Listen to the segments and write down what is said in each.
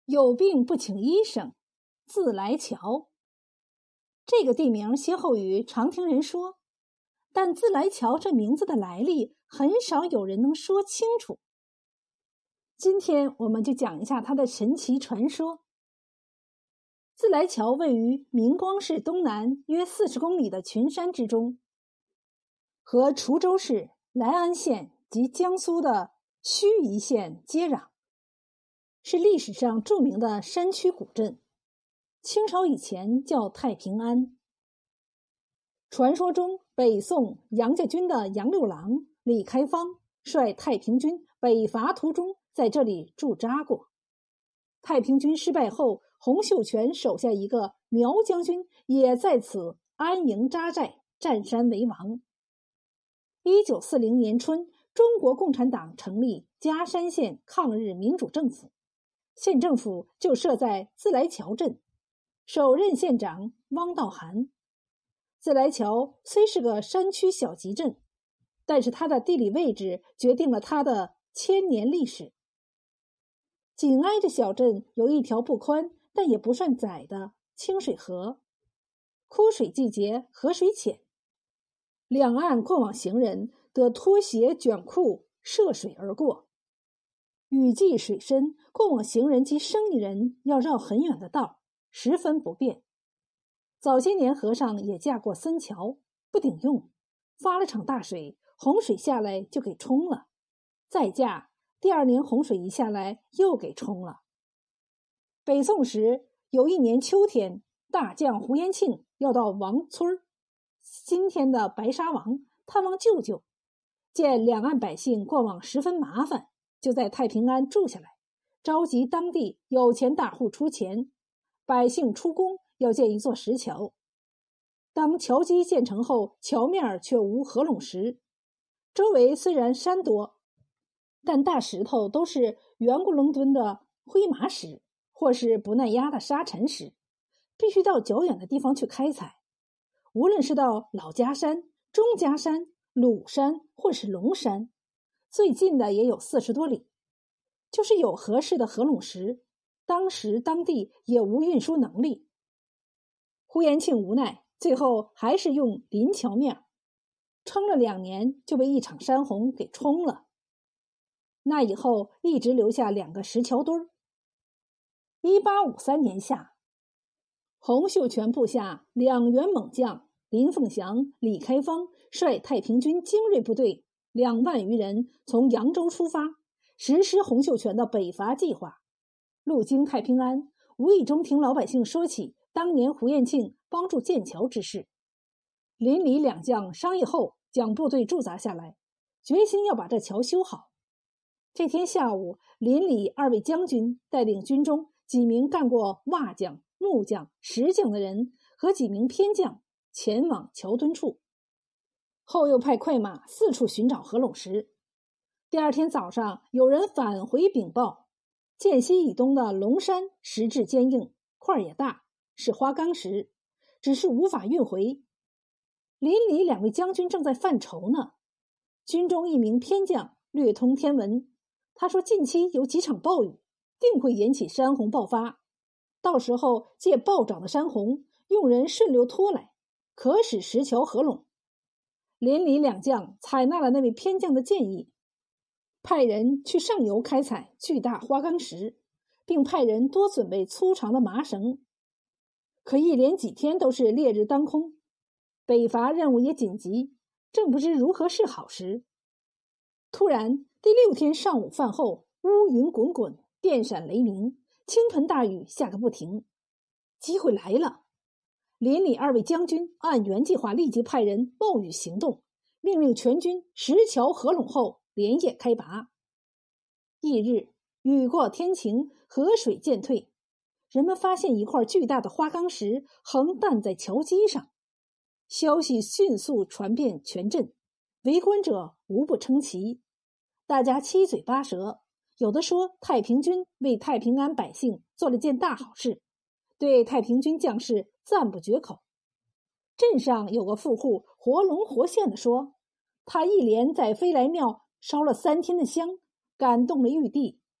有病不请医生，自来桥。这个地名歇后语常听人说，但自来桥这名字的来历很少有人能说清楚。今天我们就讲一下它的神奇传说。自来桥位于明光市东南约40公里的群山之中，和滁州市、来安县及江苏的盱眙县接壤，是历史上著名的山区古镇。清朝以前叫太平庵。传说中，北宋杨家军的杨六郎李开芳率太平军北伐途中在这里驻扎过。太平军失败后，洪秀全手下一个苗将军也在此安营扎寨，占山为王。1940年春，中国共产党成立嘉山县抗日民主政府，县政府就设在自来桥镇，首任县长汪道涵。自来桥虽是个山区小集镇，但是它的地理位置决定了它的千年历史。紧挨着小镇有一条不宽但也不算窄的清水河，枯水季节河水浅，两岸过往行人得脱鞋卷裤涉水而过。雨季水深，过往行人及生意人要绕很远的道，十分不便。早些年河上也架过森桥，不顶用，发了场大水，洪水下来就给冲了，再架，第二年洪水一下来又给冲了。北宋时有一年秋天，大将胡延庆要到王村今天的白沙王探望舅舅，见两岸百姓过往十分麻烦，就在太平庵住下来，召集当地有钱大户出钱，百姓出工要建一座石桥。当桥基建成后，桥面却无合拢石，周围虽然山多，但大石头都是圆咕隆墩的灰麻石，或是不耐压的沙尘石，必须到较远的地方去开采。无论是到老家山、钟家山、鲁山或是龙山，最近的也有40多里。就是有合适的合拢石，当时当地也无运输能力。胡延庆无奈，最后还是用临桥面，撑了2年就被一场山洪给冲了。那以后一直留下2个石桥墩儿。1853年夏，洪秀全部下2员猛将林凤祥、李开芳率太平军精锐部队2万余人从扬州出发，实施洪秀全的北伐计划。路经太平庵，无意中听老百姓说起当年胡延庆帮助建桥之事。林李2将商议后，将部队驻扎下来，决心要把这桥修好。这天下午，林李2位将军带领军中几名干过瓦匠、木匠、石匠的人和几名偏将前往桥墩处，后又派快马四处寻找合拢石。第二天早上，有人返回禀报，涧西以东的龙山石质坚硬，块也大，是花岗石，只是无法运回。林李2位将军正在犯愁呢。军中一名偏将略通天文，他说近期有几场暴雨，定会引起山洪爆发，到时候借暴涨的山洪，用人顺流拖来，可使石桥合拢。林李2将采纳了那位偏将的建议，派人去上游开采巨大花岗石，并派人多准备粗长的麻绳。可一连几天都是烈日当空，北伐任务也紧急，正不知如何是好时。突然第6天上午饭后，乌云滚滚，电闪雷鸣，倾盆大雨下个不停。机会来了，林李2位将军按原计划立即派人冒雨行动，命令全军石桥合拢后连夜开拔。翌日雨过天晴，河水渐退，人们发现一块巨大的花岗石横担在桥基上。消息迅速传遍全镇，围观者无不称奇，大家七嘴八舌，有的说太平军为太平庵百姓做了件大好事，对太平军将士赞不绝口。镇上有个富户活龙活现地说，他一连在飞来庙烧了3天的香，感动了玉帝。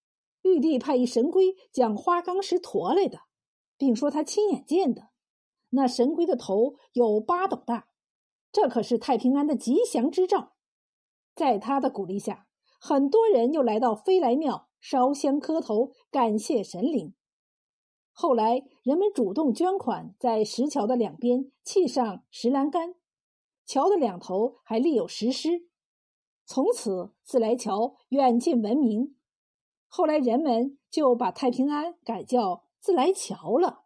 玉帝派一神龟将花岗石驮来的，并说他亲眼见的。那神龟的头有8斗大，这可是太平安的吉祥之兆。在他的鼓励下，很多人又来到飞来庙烧香磕头，感谢神灵。后来人们主动捐款，在石桥的2边砌上石栏杆，桥的2头还立有石狮。从此自来桥远近闻名。后来人们就把太平安改叫自来桥了。